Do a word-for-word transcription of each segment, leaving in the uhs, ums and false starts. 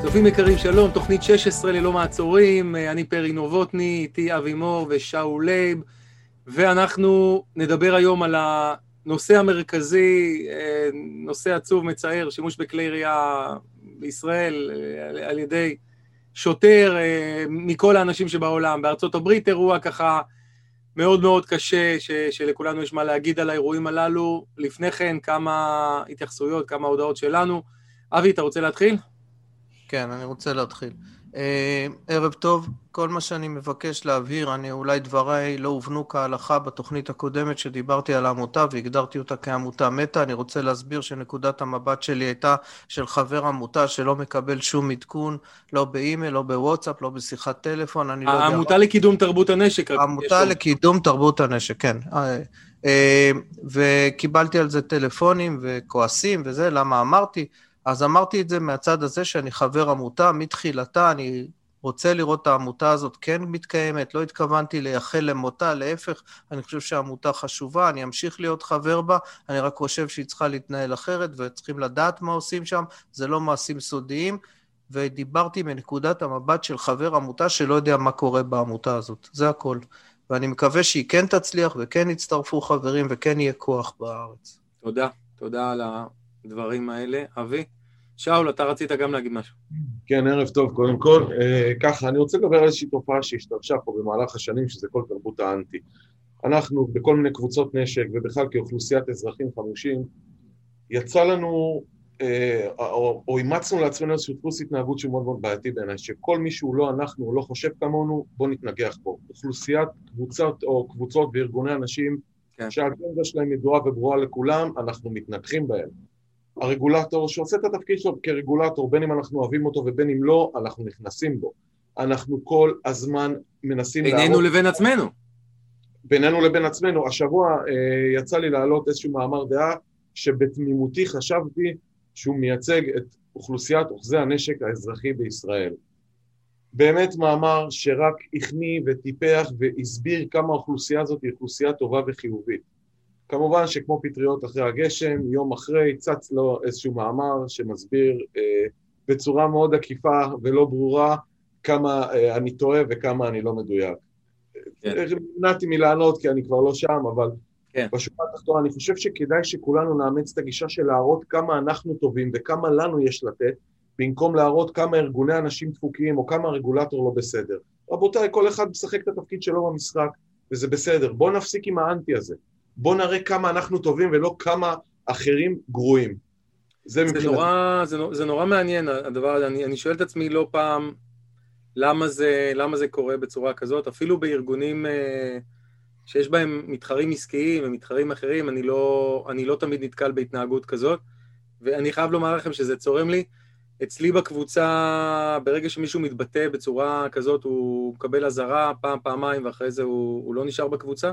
צופים יקרים, שלום, תוכנית שש עשרה ללא מעצורים, אני פרי נובוטני, איתי אבי מור ושאול לייב, ואנחנו נדבר היום על הנושא המרכזי, נושא עצוב מצער, שימוש בכלי ירייה בישראל על ידי שוטר מכל האנשים שבעולם. בארצות הברית אירוע ככה מאוד מאוד קשה, ש, שלכולנו יש מה להגיד על האירועים הללו. לפני כן כמה התייחסויות, כמה הודעות שלנו. אבי, אתה רוצה להתחיל? כן, אני רוצה להתחיל. אה, ערב טוב, כל מה שאני מבקש להבהיר, אני אולי דבריי לא הובנו כהלכה בתוכנית הקודמת שדיברתי על העמותה והגדרתי אותה כעמותה מתה. אני רוצה להסביר שנקודת המבט שלי הייתה של חבר עמותה שלא מקבל שום עדכון, לא באימייל, לא בוואטסאפ, לא בשיחת טלפון. אני לא יודע... העמותה לקידום תרבות הנשק. העמותה לקידום תרבות הנשק, כן. אה, וקיבלתי על זה טלפונים וכועסים וזה, למה אמרתי? אז אמרתי את זה מהצד הזה שאני חבר עמותה, מתחילתה אני רוצה לראות את העמותה הזאת כן מתקיימת, לא התכוונתי לייחל למותה, להפך, אני חושב שהעמותה חשובה, אני אמשיך להיות חבר בה, אני רק חושב שהיא צריכה להתנהל אחרת, וצריכים לדעת מה עושים שם, זה לא מעשים סודיים, ודיברתי מנקודת המבט של חבר עמותה שלא יודע מה קורה בעמותה הזאת, זה הכל, ואני מקווה שהיא כן תצליח, וכן יצטרפו חברים, וכן יהיה כוח בארץ. תודה, תודה על הדברים האלה. אבי? שאול, אתה רצית גם להגיד משהו. כן, ערב טוב, קודם כל. אה, ככה, אני רוצה לדבר על איזושהי תופעה שהשתרשה פה במהלך השנים, שזה כל תרבות האנטי. אנחנו, בכל מיני קבוצות נשק, ובכלל כאוכלוסיית אזרחים חמושים, יצא לנו, אה, או, או אימצנו לעצמנו איזשהו דפוס התנהגות שהוא מאוד מאוד בעייתי בעיניי, שכל מי שהוא לא אנחנו, הוא לא חושב כמונו, בוא נתנגח בו. אוכלוסיית קבוצות או קבוצות וארגוני אנשים, כן. שהאג'נדה שלהם ידועה וברורה לכולם, אנחנו מתנגחים בהם. הרגולטור שעושה את התפקיד שלו כרגולטור, בין אם אנחנו אוהבים אותו ובין אם לא, אנחנו נכנסים בו. אנחנו כל הזמן מנסים... בינינו לבין עצמנו. בינינו לבין עצמנו. השבוע אה, יצא לי להעלות איזשהו מאמר דעה, שבתמימותי חשבתי שהוא מייצג את אוכלוסיית אוחזי הנשק האזרחי בישראל. באמת מאמר שרק הכניע וטיפח והסביר כמה האוכלוסייה הזאת היא אוכלוסייה טובה וחיובית. כמובן שכמו פטריות אחרי הגשם, יום אחרי צץ לו איזשהו מאמר שמסביר אה, בצורה מאוד עקיפה ולא ברורה כמה אה, אני טועה וכמה אני לא מדויק. כן. נמנעתי מלענות כי אני כבר לא שם, אבל כן. בשורה התחתונה אני חושב שכדאי שכולנו נאמץ את הגישה של להראות כמה אנחנו טובים וכמה לנו יש לתת, במקום להראות כמה ארגוני אנשים דפוקים או כמה הרגולטור לא בסדר. רבותיי, כל אחד משחק את התפקיד שלו במשחק, וזה בסדר. בואו נפסיק עם האנטי הזה. בוא נראה כמה אנחנו טובים ולא כמה אחרים גרועים. זה, זה, נורא, זה, זה נורא מעניין הדבר, אני, אני שואל את עצמי לא פעם למה זה, למה זה קורה בצורה כזאת, אפילו בארגונים אה, שיש בהם מתחרים עסקיים ומתחרים אחרים, אני לא, אני לא תמיד נתקל בהתנהגות כזאת, ואני חייב לומר לכם שזה צורם לי, אצלי בקבוצה, ברגע שמישהו מתבטא בצורה כזאת, הוא מקבל עזרה פעם, פעמיים, ואחרי זה הוא, הוא לא נשאר בקבוצה,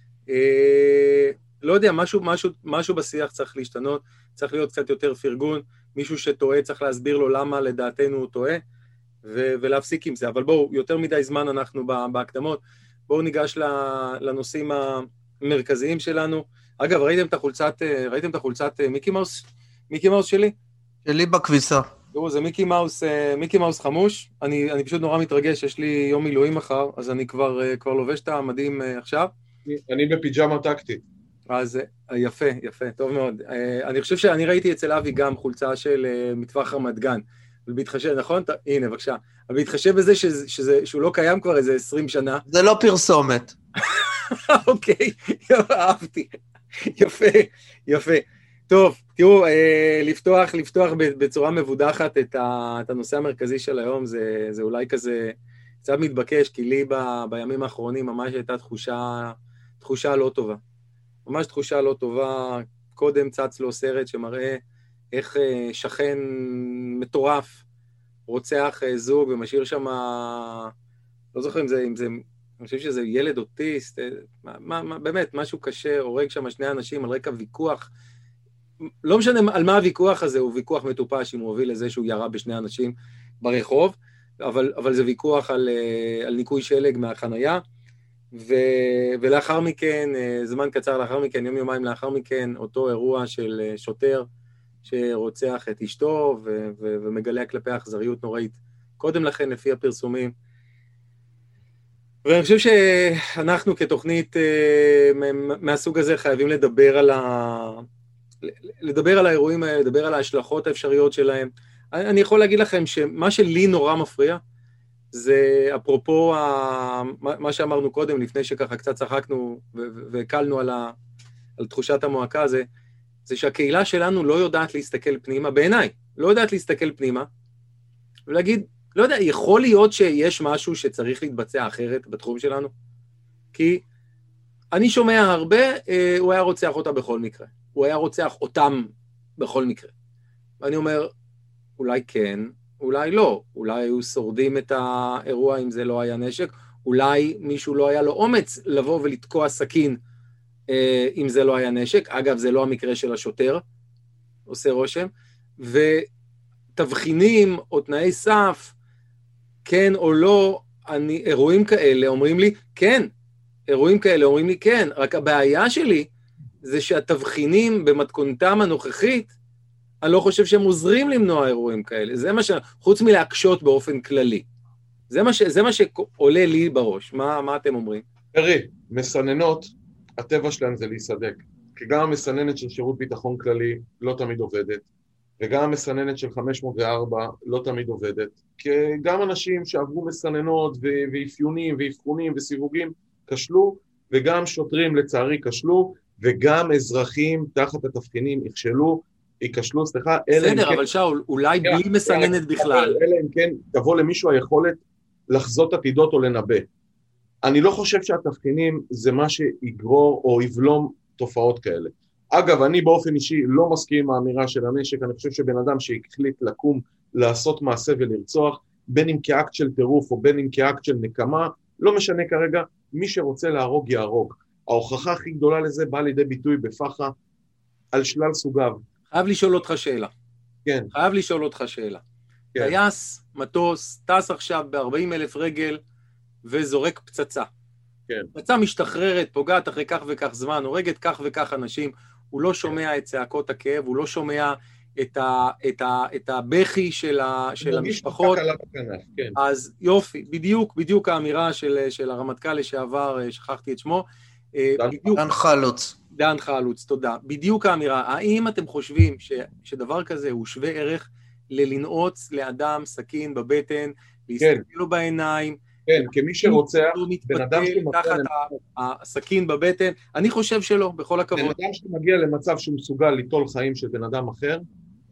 אה, לא יודע, משהו, משהו, משהו בשיח צריך להשתנות, צריך להיות קצת יותר פרגון, מישהו שטועה צריך להסביר לו למה לדעתנו הוא טועה, ו- ולהפסיק עם זה. אבל בואו, יותר מדי זמן אנחנו בהקדמות, בואו ניגש לנושאים המרכזיים שלנו. אגב, ראיתם את החולצת, ראיתם את החולצת מיקי מאוס? מיקי מאוס שלי? שלי בכביסה. תראו, זה מיקי מאוס, מיקי מאוס חמוש, אני, אני פשוט נורא מתרגש, יש לי יום מילואים מחר, אז אני כבר, כבר לובש את המדים עכשיו. אני בפיג'מה טקטית. אז יפה, יפה, טוב מאוד. אני חושב שאני ראיתי אצל אבי גם חולצה של מטווח רמת גן, ובהתחשב, נכון? הנה, בבקשה. אבל בהתחשב בזה שזה, שזה, שהוא לא קיים כבר איזה עשרים שנה. זה לא פרסומת. אוקיי, אהבתי. יפה, יפה. טוב, תראו, לפתוח, לפתוח בצורה מבודחת את הנושא המרכזי של היום, זה, זה אולי כזה קצת מתבקש, כי לי ב, בימים האחרונים ממש הייתה תחושה, תחושה לא טובה. ממש תחושה לא טובה, קודם צץ לו סרט שמראה איך שכן מטורף רוצח זוג ומשאיר שם, לא זוכר אם זה, אם זה, אני חושב שזה ילד אוטיסט, מה, מה, באמת משהו קשה, הורג שם שני אנשים על רקע ויכוח, לא משנה על מה הוויכוח הזה, הוא ויכוח מטופש אם הוא הוביל לזה שהוא ירה בשני אנשים ברחוב, אבל, אבל זה ויכוח על, על ניקוי שלג מהחנייה, ו, ולאחר מכן, זמן קצר לאחר מכן, יום יומיים לאחר מכן, אותו אירוע של שוטר שרוצח את אשתו ו- ו- ומגלה כלפי אכזריות נוראית. קודם לכן, לפי הפרסומים. ואני חושב שאנחנו כתוכנית מהסוג הזה חייבים לדבר על, ה... לדבר על האירועים האלה, לדבר על ההשלכות האפשריות שלהם. אני יכול להגיד לכם שמה שלי נורא מפריע, זה אפרופו ה... מה שאמרנו קודם, לפני שככה קצת צחקנו והקלנו על, ה... על תחושת המועקה הזה, זה שהקהילה שלנו לא יודעת להסתכל פנימה, בעיניי, לא יודעת להסתכל פנימה, ולהגיד, לא יודע, יכול להיות שיש משהו שצריך להתבצע אחרת בתחום שלנו? כי אני שומע הרבה, אה, הוא היה רוצח אותה בכל מקרה. הוא היה רוצח אותם בכל מקרה. ואני אומר, אולי כן, אולי לא. אולי היו שורדים את האירוע אם זה לא היה נשק. אולי מישהו לא היה לו אומץ לבוא ולתקוע סכין אה, אם זה לא היה נשק. אגב, זה לא המקרה של השוטר, עושה רושם. ותבחינים או תנאי סף, כן או לא, אני, אירועים כאלה אומרים לי, כן, אירועים כאלה אומרים לי, כן, רק הבעיה שלי זה שהתבחינים במתכונתם הנוכחית, אני לא חושב שהם עוזרים למנוע אירועים כאלה, זה מה ש... חוץ מלהקשות באופן כללי. זה מה, ש... זה מה שעולה לי בראש, מה, מה אתם אומרים? תראי, מסננות, הטבע שלהם זה להיסדק, כי גם המסננת של שירות ביטחון כללי לא תמיד עובדת, וגם המסננת של חמש מאות וארבע לא תמיד עובדת, כי גם אנשים שעברו מסננות ו- ואפיונים ואבחונים וסיווגים כשלו, וגם שוטרים לצערי כשלו, וגם אזרחים תחת התבחינים יכשלו, ייכשלו, סליחה, בסדר, אבל כן, שאול, אולי בלי כן, מסננת כן, בכלל. אלא אם כן תבוא למישהו היכולת לחזות עתידות או לנבא. אני לא חושב שהתבחינים זה מה שיגרור או יבלום תופעות כאלה. אגב, אני באופן אישי לא מסכים עם האמירה של הנשק, אני חושב שבן אדם שהחליט לקום, לעשות מעשה ולרצוח, בין אם כאקט של טירוף או בין אם כאקט של נקמה, לא משנה כרגע, מי שרוצה להרוג יהרוג. ההוכחה הכי גדולה לזה באה לידי ביטוי בפחה על שלל סוגיו. חייב לשאול אותך שאלה. כן. חייב לשאול אותך שאלה. כן. טייס, מטוס, טס עכשיו ב-ארבעים אלף רגל וזורק פצצה. כן. פצצה משתחררת, פוגעת אחרי כך וכך זמן, הורגת כך וכך אנשים, הוא לא שומע את צעקות הכאב, הוא לא שומע את, ה, את, ה, את הבכי של, ה, של המשפחות. כן. אז יופי, בדיוק, בדיוק האמירה של, של הרמטכ"ל לשעבר, שכחתי את שמו. דן, בדיוק, דן חלוץ. דן חלוץ, תודה. בדיוק האמירה. האם אתם חושבים ש, שדבר כזה הוא שווה ערך ללנעוץ לאדם סכין בבטן, להסתכל כן. לו בעיניים, כן, כמי שרוצח, בן אדם שמגיע תחת הסכין בבטן, אני חושב שלא, בכל הכבוד. בן אדם שמגיע למצב שהוא מסוגל ליטול חיים של בן אדם אחר,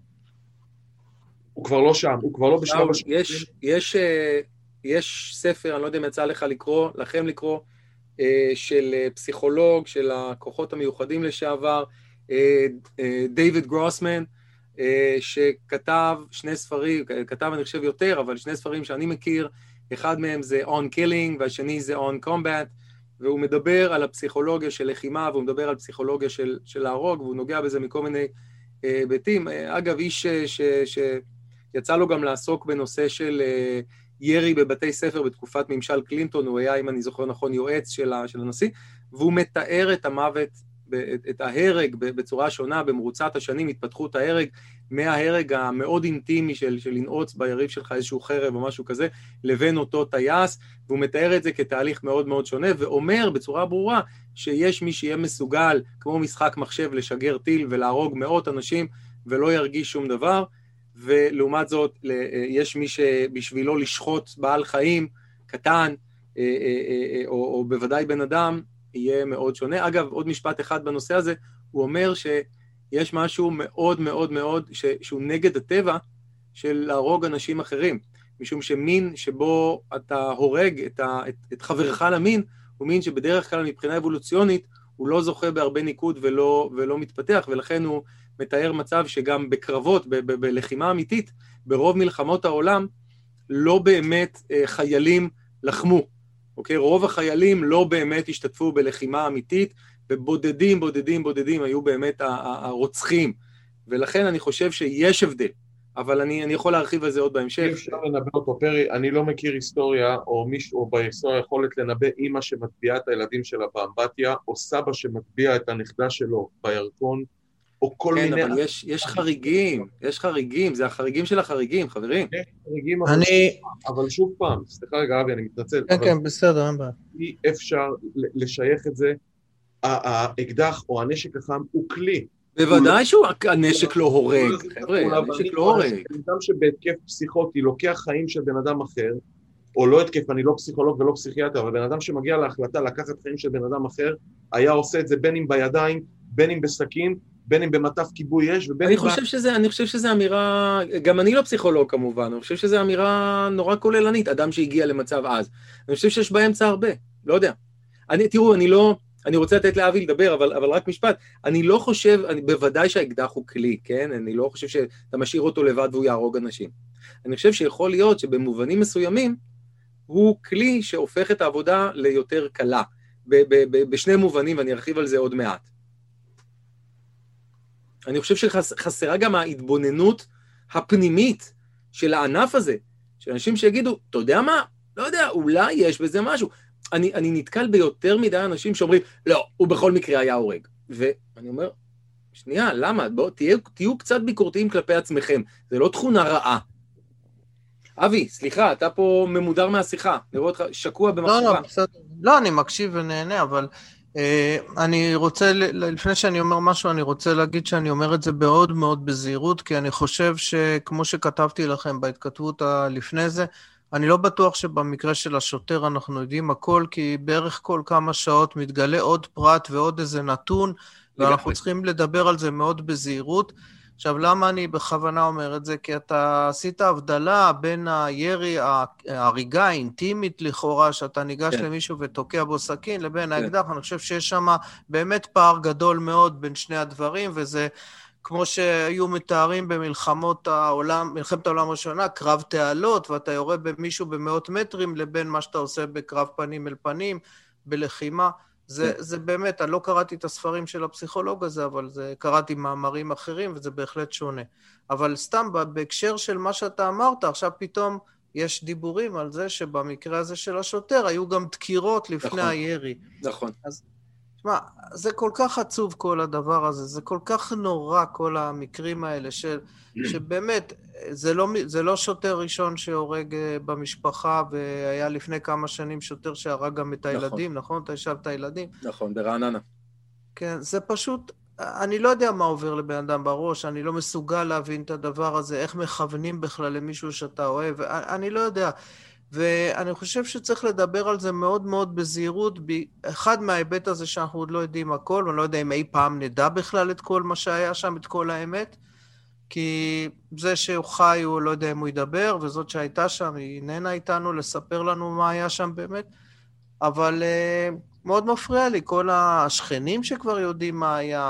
הוא כבר לא שם, הוא כבר לא בשלב השם. יש, יש, יש ספר, אני לא יודע אם יצא לך לקרוא, לכם לקרוא, של פסיכולוג, של הכוחות המיוחדים לשעבר, דיוויד גרוסמן, שכתב שני ספרים, כתב אני חושב יותר, אבל שני ספרים שאני מכיר, אחד מהם זה On Killing, והשני זה On Combat, והוא מדבר על הפסיכולוגיה של לחימה, והוא מדבר על פסיכולוגיה של, של להרוג, והוא נוגע בזה מכל מיני היבטים. אגב, איש שיצא לו גם לעסוק בנושא של ירי בבתי ספר בתקופת ממשל קלינטון, הוא היה, אם אני זוכר נכון, יועץ של, של הנשיא, והוא מתאר את המוות, את ההרג בצורה שונה, במרוצת השנים, התפתחות ההרג, מההרג המאוד אינטימי של, של לנעוץ ביריב שלך איזשהו חרב או משהו כזה, לבין אותו טייס, והוא מתאר את זה כתהליך מאוד מאוד שונה, ואומר בצורה ברורה שיש מי שיהיה מסוגל, כמו משחק מחשב, לשגר טיל ולהרוג מאות אנשים, ולא ירגיש שום דבר, ולעומת זאת, יש מי שבשבילו לשחוט בעל חיים קטן, או, או בוודאי בן אדם, יהיה מאוד שונה. אגב, עוד משפט אחד בנושא הזה, הוא אומר שיש משהו מאוד מאוד מאוד, ש, שהוא נגד הטבע של להרוג אנשים אחרים, משום שמין שבו אתה הורג את, ה, את, את חברך למין, הוא מין שבדרך כלל מבחינה אבולוציונית, הוא לא זוכה בהרבה ניקוד ולא, ולא מתפתח, ולכן הוא מתאר מצב שגם בקרבות, ב, ב, בלחימה אמיתית, ברוב מלחמות העולם, לא באמת אה, חיילים לחמו. אוקיי, רוב החיילים לא באמת השתתפו בלחימה אמיתית, ובודדים, בודדים, בודדים היו באמת הרוצחים. ולכן אני חושב שיש הבדל, אבל אני, אני יכול להרחיב על זה עוד בהמשך. אי אפשר לנבא אותו, פרי, אני לא מכיר היסטוריה, או מישהו, או בהיסטוריה יכולת לנבא אמא שמטביעה את הילדים שלה באמבטיה, או סבא שמטביע את הנכדה שלו בירקון, או כל כן, מיני... כן, אבל יש, יש חריגים, יש חריגים, זה החריגים של החריגים, חברים. יש חריגים, אבל, אני... שוב, אבל שוב פעם, סליחה רגע, אבי, אני מתנצל. כן, אבל כן, בסדר, אין בעיה. אי אפשר לשייך את זה, האקדח או הנשק החם הוא כלי. בוודאי שהנשק לא הורג, חבר'ה, הנשק לא הורג. בן אדם שבהתקף פסיכוטי לוקח חיים של בן אדם אחר, או לא התקף, אני לא פסיכולוג ולא פסיכיאטר, אבל בן אדם שמגיע להחלטה לקחת חיים של בן אדם אחר, היה עושה את זה בין אם בידיים, בין אם בסכין, בין אם במטף כיבוי אש, ובין אני אם... חושב שזה, אני חושב שזה אמירה, גם אני לא פסיכולוג כמובן, אני חושב שזה אמירה נורא כוללנית, אדם שהגיע למצב אז. אני חושב שיש באמצע הרבה, לא יודע. אני, תראו, אני לא, אני רוצה לתת לאבי לדבר, אבל, אבל רק משפט, אני לא חושב, אני, בוודאי שהאקדח הוא כלי, כן? אני לא חושב שאתה משאיר אותו לבד והוא יהרוג אנשים. אני חושב שיכול להיות שבמובנים מסוימים, הוא כלי שהופך את העבודה ליותר קלה, ב, ב, ב, בשני מובנים, ואני ארחיב על זה עוד מעט. אני חושב שחסרה גם ההתבוננות הפנימית של הענף הזה, של אנשים שיגידו, אתה יודע מה? לא יודע, אולי יש בזה משהו. אני, אני נתקל ביותר מדי אנשים שאומרים, לא, הוא בכל מקרה היה הורג. ואני אומר, שנייה, למה? בואו, תהיו, תהיו קצת ביקורתיים כלפי עצמכם. זה לא תכונה רעה. אבי, סליחה, אתה פה ממודר מהשיחה. נראה אותך שקוע במחשבה. לא, לא, בסדר. לא, אני מקשיב ונהנה, אבל... אני רוצה, לפני שאני אומר משהו, אני רוצה להגיד שאני אומר את זה מאוד מאוד בזהירות, כי אני חושב שכמו שכתבתי לכם בהתכתבות לפני זה, אני לא בטוח שבמקרה של השוטר אנחנו יודעים הכל, כי בערך כל כמה שעות מתגלה עוד פרט ועוד איזה נתון, ואנחנו צריכים לדבר על זה מאוד בזהירות. עכשיו, למה אני בכוונה אומר את זה? כי אתה עשית הבדלה בין הירי, ההריגה האינטימית לכאורה, שאתה ניגש כן. למישהו ותוקע בו סכין, לבין כן. האקדח. אני חושב שיש שם באמת פער גדול מאוד בין שני הדברים, וזה כמו שהיו מתארים במלחמות העולם, מלחמת העולם הראשונה, קרב תעלות, ואתה יורה במישהו במאות מטרים, לבין מה שאתה עושה בקרב פנים אל פנים, בלחימה. זה, זה באמת, אני לא קראתי את הספרים של הפסיכולוג הזה, אבל זה, קראתי מאמרים אחרים, וזה בהחלט שונה. אבל סתם, בהקשר של מה שאתה אמרת, עכשיו פתאום יש דיבורים על זה שבמקרה הזה של השוטר, היו גם דקירות לפני נכון, הירי. נכון. אז, תשמע, זה כל כך עצוב כל הדבר הזה, זה כל כך נורא כל המקרים האלה, של, שבאמת, זה לא, זה לא שוטר ראשון שהורג במשפחה, והיה לפני כמה שנים שוטר שהרג גם את הילדים, נכון? נכון? אתה ישב את הילדים. נכון, ברעננה. כן, זה פשוט, אני לא יודע מה עובר לבן אדם בראש, אני לא מסוגל להבין את הדבר הזה, איך מכוונים בכלל למישהו שאתה אוהב, אני לא יודע. ואני חושב שצריך לדבר על זה מאוד מאוד בזהירות, אחד מההיבט הזה שאנחנו עוד לא יודעים הכל, ואני לא יודע אם אי פעם נדע בכלל את כל מה שהיה שם, את כל האמת, כי זה שהוא חי, הוא לא יודע אם הוא ידבר, וזאת שהייתה שם, היא איננה איתנו לספר לנו מה היה שם באמת, אבל uh, מאוד מפריע לי, כל השכנים שכבר יודעים מה היה,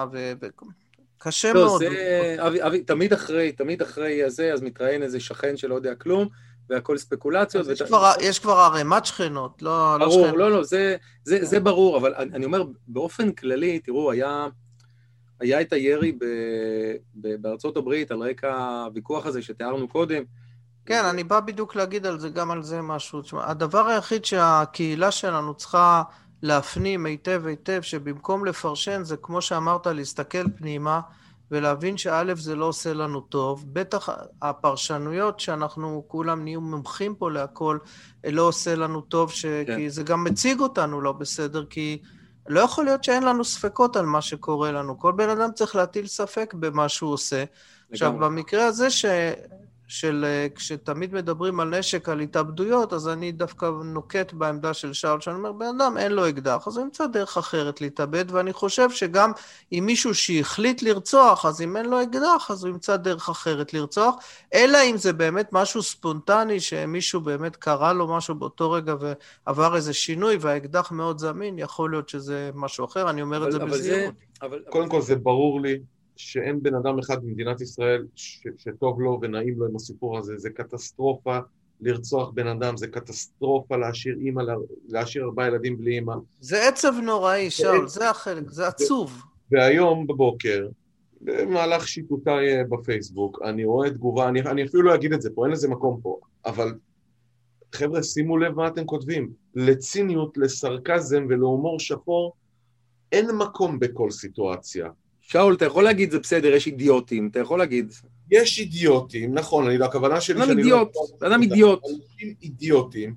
וקשה לא, מאוד. זה, אבי, אבי, תמיד אחרי, תמיד אחרי הזה, אז מתראיין איזה שכן שלא יודע כלום, והכל ספקולציות. יש, ות... כבר, יש כבר ערימת שכנות, לא, ברור, לא שכנות. לא, לא, זה, זה, זה ברור, אבל אני אומר, באופן כללי, תראו, היה... היה את הירי ב... ב... בארצות הברית על רקע הוויכוח הזה שתיארנו קודם. כן, אני בא בדיוק להגיד על זה, גם על זה משהו. הדבר היחיד שהקהילה שלנו צריכה להפנים היטב היטב, שבמקום לפרשן זה כמו שאמרת, להסתכל פנימה ולהבין שא' זה לא עושה לנו טוב. בטח הפרשנויות שאנחנו כולם נהיו מומחים פה להכל, לא עושה לנו טוב, ש... כן. כי זה גם מציג אותנו לא בסדר, כי... לא יכול להיות שאין לנו ספקות על מה שקורה לנו. כל בן אדם צריך להטיל ספק במה שהוא עושה. עכשיו, במקרה הזה ש... של... כשתמיד מדברים על נשק, על התאבדויות, אז אני דווקא נוקט בעמדה של שאול, שאני אומר, בן אדם אין לו אקדח, אז הוא ימצא דרך אחרת להתאבד, ואני חושב שגם אם מישהו שהחליט לרצוח, אז אם אין לו אקדח, אז הוא ימצא דרך אחרת לרצוח, אלא אם זה באמת משהו ספונטני, שמישהו באמת קרא לו משהו באותו רגע, ועבר איזה שינוי, והאקדח מאוד זמין, יכול להיות שזה משהו אחר, אני אומר אבל, את זה בזהירות. אבל... קודם כל זה ברור לי, שאין בן אדם אחד במדינת ישראל ש- שטוב לו ונעים לו עם הסיפור הזה. זה קטסטרופה לרצוח בן אדם, זה קטסטרופה להשאיר אימא, להשאיר ארבעה ילדים בלי אימא. זה עצב נוראי, שאול, זה החלק, זה עצוב. והיום בבוקר, במהלך שיטוטיי בפייסבוק, אני רואה תגובה, אני, אני אפילו לא אגיד את זה פה, אין לזה מקום פה, אבל חבר'ה, שימו לב מה אתם כותבים. לציניות, לסרקזם ולהומור שחור, אין מקום בכל סיטואציה. שאול, אתה יכול להגיד, זה בסדר, יש אידיוטים, אתה יכול להגיד. יש אידיוטים, נכון, אני, הכוונה שלי... אדם אידיוט, אדם אידיוט. אנשים אידיוטים,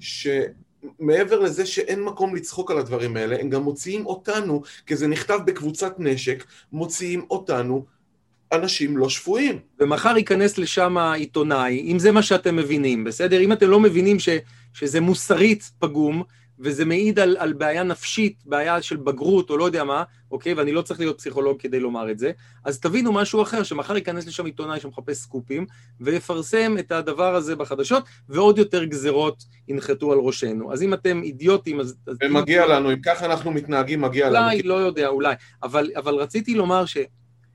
שמעבר לזה שאין מקום לצחוק על הדברים האלה, הם גם מוציאים אותנו, כי זה נכתב בקבוצת נשק, מוציאים אותנו אנשים לא שפויים. ומחר ייכנס לשם העיתונאי, אם זה מה שאתם מבינים, בסדר? אם אתם לא מבינים ש, שזה מוסרית פגום, וזה מעיד על, על בעיה נפשית, בעיה של בגרות או לא יודע מה, אוקיי? ואני לא צריך להיות פסיכולוג כדי לומר את זה, אז תבינו משהו אחר, שמחר ייכנס לשם עיתונאי שמחפש סקופים, ויפרסם את הדבר הזה בחדשות, ועוד יותר גזרות ינחתו על ראשנו. אז אם אתם אידיוטים, אז... ומגיע לנו, אם ככה אנחנו מתנהגים, מגיע לנו. אולי, לא יודע, אולי. אבל, אבל רציתי לומר ש...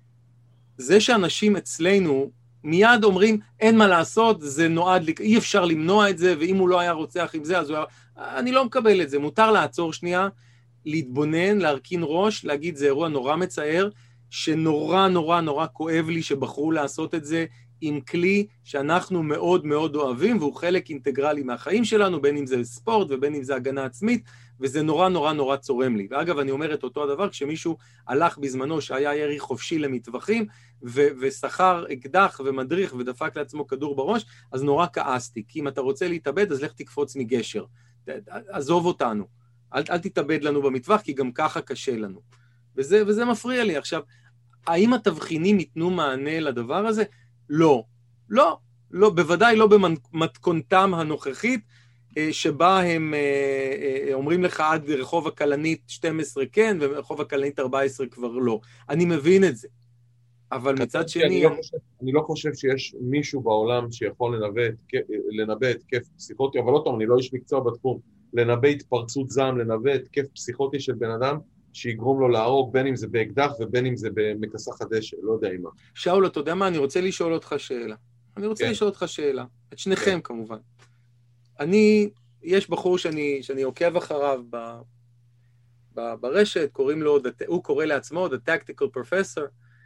זה שאנשים אצלנו מיד אומרים, אין מה לעשות, זה נועד, אי אפשר למנוע את זה, ואם הוא לא היה רוצח עם זה, אז הוא היה... אני לא מקבל את זה. מותר לעצור שנייה, להתבונן, להרכין ראש, להגיד, זה אירוע נורא מצער, שנורא נורא נורא כואב לי שבחרו לעשות את זה עם כלי שאנחנו מאוד מאוד אוהבים, והוא חלק אינטגרלי מהחיים שלנו, בין אם זה ספורט ובין אם זה הגנה עצמית, וזה נורא נורא נורא צורם לי. ואגב, אני אומר את אותו הדבר, כשמישהו הלך בזמנו שהיה ירי חופשי למטווחים, ו- ושכר אקדח ומדריך ודפק לעצמו כדור בראש, אז נורא כעסתי, כי אם אתה רוצה להתאבד, אז לך תקפוץ מגשר. עזוב אותנו. אל, אל תתאבד לנו במטווח, כי גם ככה קשה לנו. וזה, וזה מפריע לי. עכשיו, האם התבחינים ייתנו מענה לדבר הזה? לא. לא. לא, בוודאי לא במתכונתם הנוכחית, שבה הם אומרים לך עד רחוב הכלנית שתים עשרה כן, ורחוב הכלנית ארבע עשרה כבר לא. אני מבין את זה. אבל מצד שני... אני לא חושב, אני לא חושב שיש מישהו בעולם שיכול לנבא התקף פסיכוטי, אבל לא טוב, אני לא איש מקצוע בתחום, לנבא התפרצות זעם, לנבא התקף פסיכוטי של בן אדם, שיגרום לו להרוג, בין אם זה באקדח ובין אם זה במכסח הדשא, לא יודע מה. שאול, אתה יודע מה? אני רוצה לשאול אותך שאלה. אני רוצה כן. לשאול אותך שאלה. את שניכם כן. כמובן. אני, יש בחור שאני, שאני עוקב אחריו ב, ב, ברשת, קוראים לו, הוא קורא לעצמו, The Tactical Professor,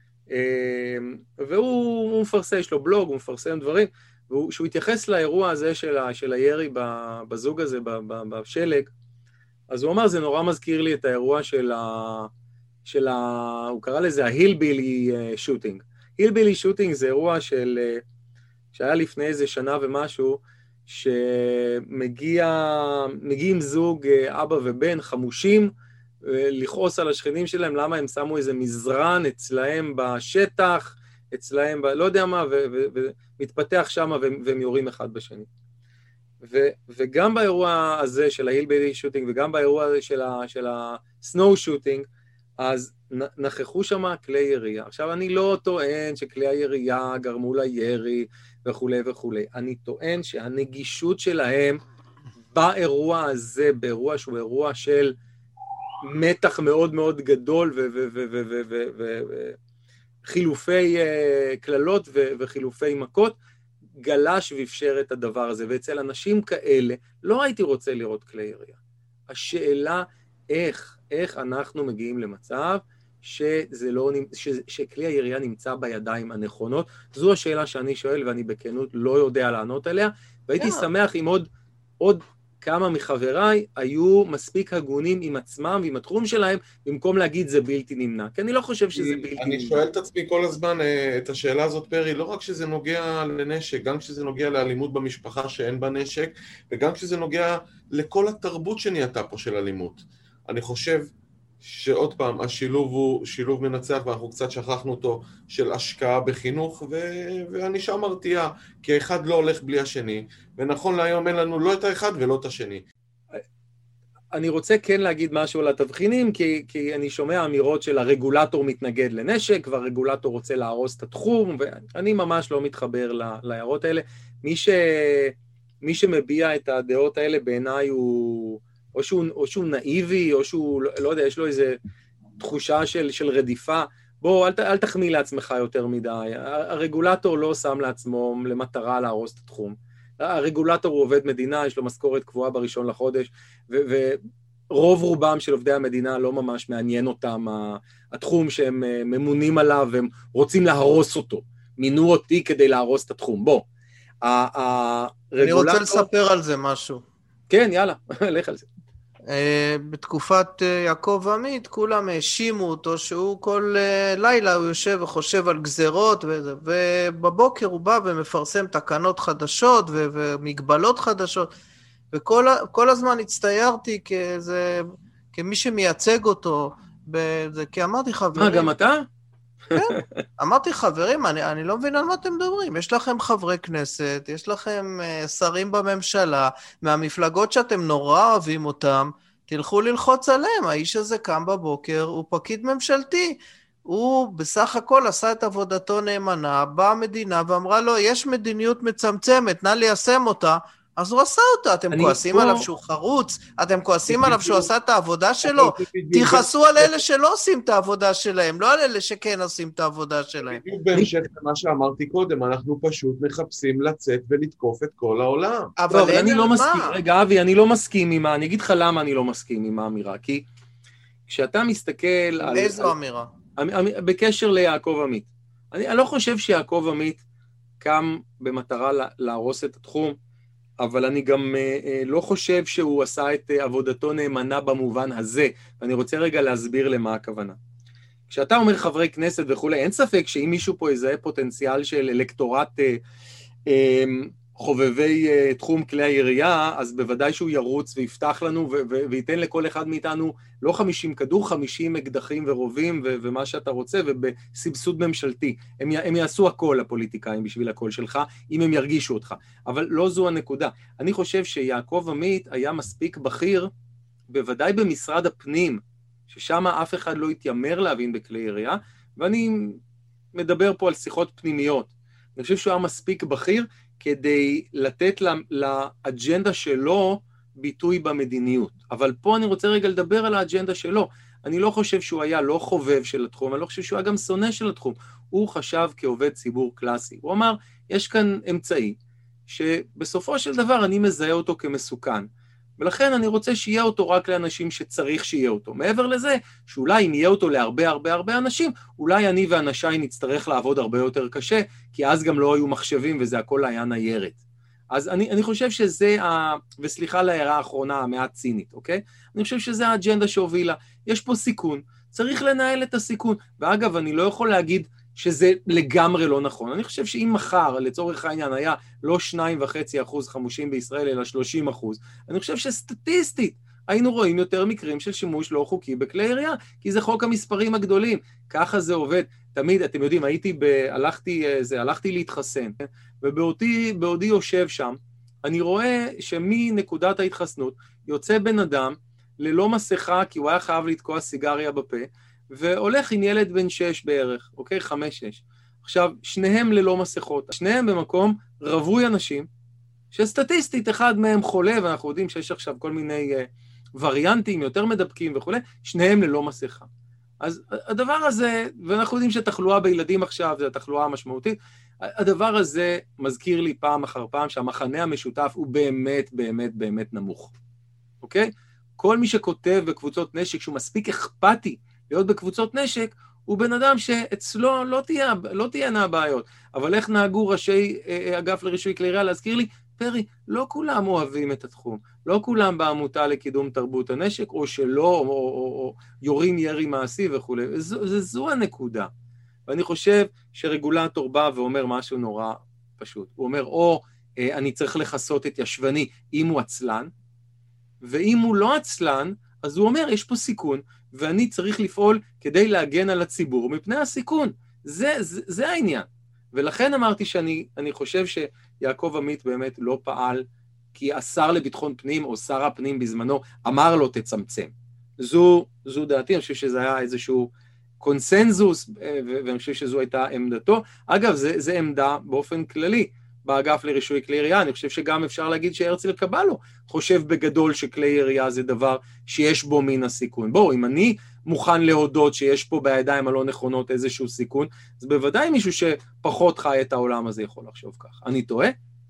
והוא מפרסם, יש לו בלוג, הוא מפרסם דברים, וכשהוא התייחס לאירוע הזה של, ה, של הירי בזוג הזה, בשלג, אז הוא אמר, זה נורא מזכיר לי את האירוע של ה... של ה... הוא קרא לזה ה-Hillbilly shooting. Hillbilly shooting זה אירוע של... שהיה לפני איזה שנה ומשהו, שמגיע... מגיעים זוג אבא ובן חמושים, לכעוס על השכנים שלהם, למה הם שמו איזה מזרן אצלהם בשטח, אצלהם ב... לא יודע מה, ו... ו... ומתפתח שם והם, והם יורים אחד בשני. ו, וגם באירוע הזה של ה-Hillbilly shooting, וגם באירוע הזה של, ה, של ה-Snow shooting, אז נכחו שם כלי ירייה. עכשיו, אני לא טוען שכלי הירייה גרמו לירי וכו' וכו'. אני טוען שהנגישות שלהם באירוע הזה, באירוע שהוא אירוע של מתח מאוד מאוד גדול, וחילופי כללות וחילופי מכות, גלש ואפשר את הדבר הזה, ואצל אנשים כאלה לא הייתי רוצה לראות כלי ירייה. השאלה איך, איך אנחנו מגיעים למצב שזה לא, ש, שכלי הירייה נמצא בידיים הנכונות, זו השאלה שאני שואל ואני בכנות לא יודע לענות עליה, והייתי yeah. שמח אם עוד, עוד כמה מחבריי היו מספיק הגונים עם עצמם ועם התחום שלהם, במקום להגיד זה בלתי נמנע, כי אני לא חושב שזה בלתי נמנע. אני שואל את עצמי כל הזמן את השאלה הזאת, פרי, לא רק שזה נוגע לנשק, גם כשזה נוגע לאלימות במשפחה שאין בה נשק, וגם כשזה נוגע לכל התרבות שנהייתה פה של אלימות. אני חושב שעוד פעם, השילוב הוא שילוב מנצח, ואנחנו קצת שכחנו אותו, של השקעה בחינוך, ו- ואני שם מרתיעה, כי האחד לא הולך בלי השני, ונכון להיום אין לנו לא את האחד ולא את השני. אני רוצה כן להגיד משהו על התבחינים, כי, כי אני שומע אמירות של הרגולטור מתנגד לנשק, והרגולטור רוצה להרוס את התחום, ואני ממש לא מתחבר להערות האלה. מי, ש, מי שמביע את הדעות האלה בעיניי הוא... או שהוא, או שהוא נאיבי, או שהוא, לא יודע, יש לו איזו תחושה של, של רדיפה. בוא, אל, אל תחמיא לעצמך יותר מדי. הרגולטור לא שם לעצמו למטרה להרוס את התחום. הרגולטור הוא עובד מדינה, יש לו משכורת קבועה בראשון לחודש, ו, ורוב רובם של עובדי המדינה לא ממש מעניין אותם התחום שהם ממונים עליו, והם רוצים להרוס אותו. מינו אותי כדי להרוס את התחום. בוא. הרגולטור... אני רוצה לספר על זה משהו. כן, יאללה, לך על זה. בתקופת יעקב עמית, כולם האשימו אותו שהוא כל לילה הוא יושב וחושב על גזרות, ובבוקר הוא בא ומפרסם תקנות חדשות ומגבלות חדשות, וכל הזמן הצטיירתי כאיזה, כמי שמייצג אותו, בזה, כי אמרתי חברים... מה, גם אתה? כן, אמרתי חברים, אני, אני לא מבין על מה אתם מדברים, יש לכם חברי כנסת, יש לכם uh, שרים בממשלה, מהמפלגות שאתם נורא אוהבים אותם, תלכו ללחוץ עליהם, האיש הזה קם בבוקר, הוא פקיד ממשלתי, הוא בסך הכל עשה את עבודתו נאמנה, באה המדינה ואמרה לו, יש מדיניות מצמצמת, נא ליישם אותה, אז הוא עשה אותה, אתם כועסים עליו שהוא חרוץ, אתם כועסים עליו שהוא עשה את העבודה שלו, תיחסו על אלה שלא עושים את העבודה שלהם, לא על אלה שכן עושים את העבודה שלהם. בדיוק בהמשך למה שאמרתי קודם, אנחנו פשוט מחפשים לצאת ולתקוף את כל העולם. אבל אני לא מסכים, רגע אבי, אני לא מסכים עם מה, אני אגיד לך למה אני לא מסכים עם האמירה, כי כשאתה מסתכל על... איזו אמירה? בקשר ליעקב עמית. אני לא חושב שיעקב עמית קם במטרה להרוס את התחום, אבל אני גם אה, לא חושב שהוא עשה את אה, עבודתו נאמנה במובן הזה, ואני רוצה רגע להסביר למה הכוונה. כשאתה אומר חברי כנסת וכו', אין ספק שאם מישהו פה יזהה פוטנציאל של אלקטורט אה, אה, חובבי אה, תחום כלי הירייה, אז בוודאי שהוא ירוץ ויפתח לנו ו- ו- וייתן לכל אחד מאיתנו לא חמישים כדור, חמישים אקדחים ורובים ו- ומה שאתה רוצה, ובסבסוד ממשלתי. הם, י- הם יעשו הכל, הפוליטיקאים, בשביל הכל שלך, אם הם ירגישו אותך. אבל לא זו הנקודה. אני חושב שיעקב עמית היה מספיק בכיר, בוודאי במשרד הפנים, ששם אף אחד לא התיימר להבין בכלי ירייה, ואני מדבר פה על שיחות פנימיות. אני חושב שהוא היה מספיק בכיר, כדי לתת לאג'נדה שלו ביטוי במדיניות. אבל פה אני רוצה רגע לדבר על האג'נדה שלו. אני לא חושב שהוא היה לא חובב של התחום, אני לא חושב שהוא היה גם שונא של התחום. הוא חשב כעובד ציבור קלאסי. הוא אמר, יש כאן אמצעי, שבסופו של דבר אני מזהה אותו כמסוכן. ולכן אני רוצה שיהיה אותו רק לאנשים שצריך שיהיה אותו. מעבר לזה, שאולי אם יהיה אותו להרבה הרבה הרבה אנשים, אולי אני ואנשיי נצטרך לעבוד הרבה יותר קשה, כי אז גם לא היו מחשבים וזה הכל היה ניירת. אז אני, אני חושב שזה, ה... וסליחה להערה האחרונה, המעט צינית, אוקיי? אני חושב שזה האג'נדה שהובילה. יש פה סיכון, צריך לנהל את הסיכון. ואגב, אני לא יכול להגיד שזה לגמרי לא נכון. אני חושב שאם מחר, לצורך העניין, היה לא שניים וחצי אחוז חמושים בישראל, אלא שלושים אחוז, אני חושב שסטטיסטית היינו רואים יותר מקרים של שימוש לא חוקי בכלי ירייה, כי זה חוק המספרים הגדולים. ככה זה עובד. תמיד, אתם יודעים, הייתי ב... הלכתי, זה, הלכתי להתחסן, ובעודי, בעודי יושב שם, אני רואה שמנקודת ההתחסנות יוצא בן אדם ללא מסכה, כי הוא היה חייב לתקוע סיגריה בפה, והולך עם ילד בן שש בערך, אוקיי? חמש, שש. עכשיו, שניהם ללא מסכות, שניהם במקום רווי אנשים, שסטטיסטית אחד מהם חולה, ואנחנו יודעים שיש עכשיו כל מיני uh, וריאנטים יותר מדבקים וכו', שניהם ללא מסכה. אז הדבר הזה, ואנחנו יודעים שתחלואה בילדים עכשיו, זה התחלואה המשמעותית, הדבר הזה מזכיר לי פעם אחר פעם שהמחנה המשותף הוא באמת, באמת, באמת נמוך. אוקיי? כל מי שכותב בקבוצות נשק, שהוא מספיק אכפתי להיות בקבוצות נשק, הוא בן אדם שאצלו לא תהיה, לא תהיינה הבעיות. אבל איך נהגו ראשי אגף לרישוי כלי ירייה להזכיר לי? פרי, לא כולם אוהבים את התחום. לא כולם בעמותה לקידום תרבות הנשק, או שלא, או, או, או, או יורים ירי מעשי וכו'. זו, זו, זו הנקודה. ואני חושב שרגולטור בא ואומר משהו נורא פשוט. הוא אומר, או אני צריך לחסות את ישבני אם הוא עצלן, ואם הוא לא עצלן, אז הוא אומר, יש פה סיכון, ואני צריך לפעול כדי להגן על הציבור מפני הסיכון. זה, זה, זה העניין. ולכן אמרתי שאני אני חושב שיעקב עמית באמת לא פעל, כי השר לביטחון פנים, או שר הפנים בזמנו, אמר לו תצמצם. זו, זו דעתי, אני חושב שזה היה איזשהו קונסנזוס, ואני חושב שזו הייתה עמדתו. אגב, זה, זה עמדה באופן כללי, באגף לרישוי כלי ירייה, אני חושב שגם אפשר להגיד שהרצל קבלו חושב בגדול שכלי ירייה זה דבר שיש בו מן הסיכון. בואו, אם אני מוכן להודות שיש פה בידיים הלא נכונות איזשהו סיכון, אז בוודאי מישהו שפחות חי את העולם הזה יכול לחשוב כך. אני טועה?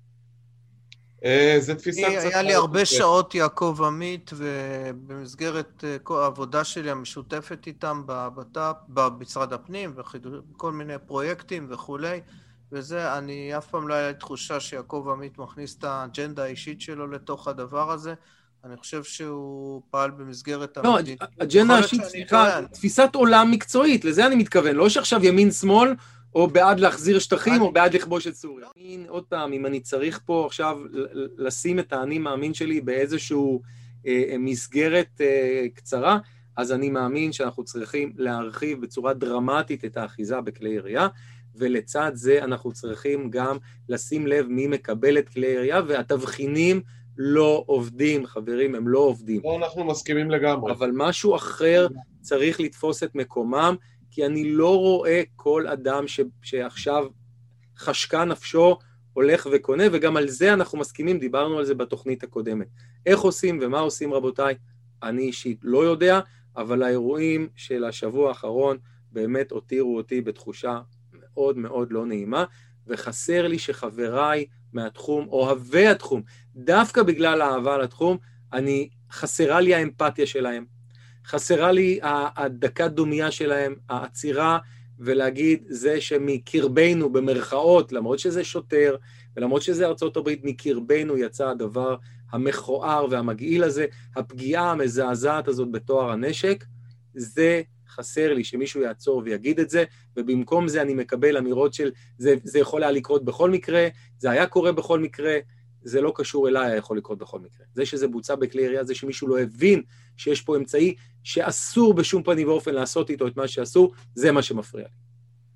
זה תפיסה קצת... היה לי הרבה שעות יעקב עמית, ובמסגרת העבודה שלי המשותפת איתם בבט"פ, במשרד הפנים, וכל מיני פרויקטים וכולי, וזה, אני אף פעם לא היה לי תחושה שיעקב עמית מכניס את האג'נדה האישית שלו לתוך הדבר הזה. אני חושב שהוא פעל במסגרת... לא, אג'נדה אישית, סליחה, תפיסת עולם מקצועית, לזה אני מתכוון, לא שעכשיו ימין-שמאל, או בעד להחזיר שטחים, או בעד לכבוש את סוריה. עוד פעם, אם אני צריך פה עכשיו לשים את האני מאמין שלי באיזשהו מסגרת קצרה, אז אני מאמין שאנחנו צריכים להרחיב בצורה דרמטית את האחיזה בכלי ירייה, ולצד זה אנחנו צריכים גם לשים לב מי מקבל את כלי ירייה, והתבחינים לא עובדים, חברים, הם לא עובדים. לא, אנחנו מסכימים לגמרי. אבל משהו אחר צריך לתפוס את מקומם, כי אני לא רואה כל אדם ש... שעכשיו חשקה נפשו הולך וקונה, וגם על זה אנחנו מסכימים, דיברנו על זה בתוכנית הקודמת. איך עושים ומה עושים, רבותיי? אני אישית לא יודע, אבל האירועים של השבוע האחרון באמת הותירו אותי בתחושה מאוד מאוד לא נעימה, וחסר לי שחבריי מהתחום, אוהבי התחום, דווקא בגלל האהבה לתחום, אני, חסרה לי האמפתיה שלהם, חסרה לי הדקת דומיה שלהם, העצירה, ולהגיד זה שמקרבנו במרכאות, למרות שזה שוטר, ולמרות שזה ארצות הברית, מקרבנו יצא הדבר המכוער והמגעיל הזה, הפגיעה המזעזעת הזאת בתואר הנשק, זה חסר לי שמישהו יעצור ויגיד את זה, ובמקום זה אני מקבל אמירות של זה, זה יכול היה לקרות בכל מקרה, זה היה קורה בכל מקרה, זה לא קשור אליי, היה יכול לקרות בכל מקרה. זה שזה בוצע בכלי ירייה, זה שמישהו לא הבין שיש פה אמצעי שאסור בשום פנים ואופן לעשות איתו את מה שעשו, זה מה שמפריע לי.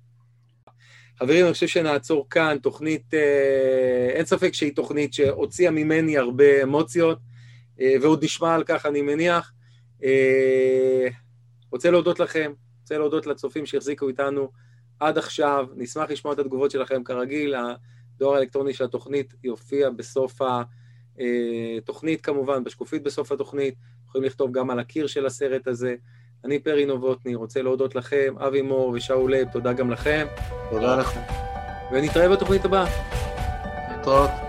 חברים, אני חושב שנעצור כאן, תוכנית, אה, אין ספק שהיא תוכנית שהוציאה ממני הרבה אמוציות, אה, ועוד נשמע על כך אני מניח. אה, רוצה להודות לכם, רוצה להודות לצופים שהחזיקו איתנו עד עכשיו, נשמח לשמוע את התגובות שלכם כרגיל, הדואר האלקטרוני של התוכנית יופיע בסוף התוכנית כמובן, בשקופית בסוף התוכנית, יכולים לכתוב גם על הקיר של הסרט הזה. אני פרי נובוטני, רוצה להודות לכם, אבי מור ושאול לב, תודה גם לכם. תודה לכם. ונתראה בתוכנית הבאה. להתראות.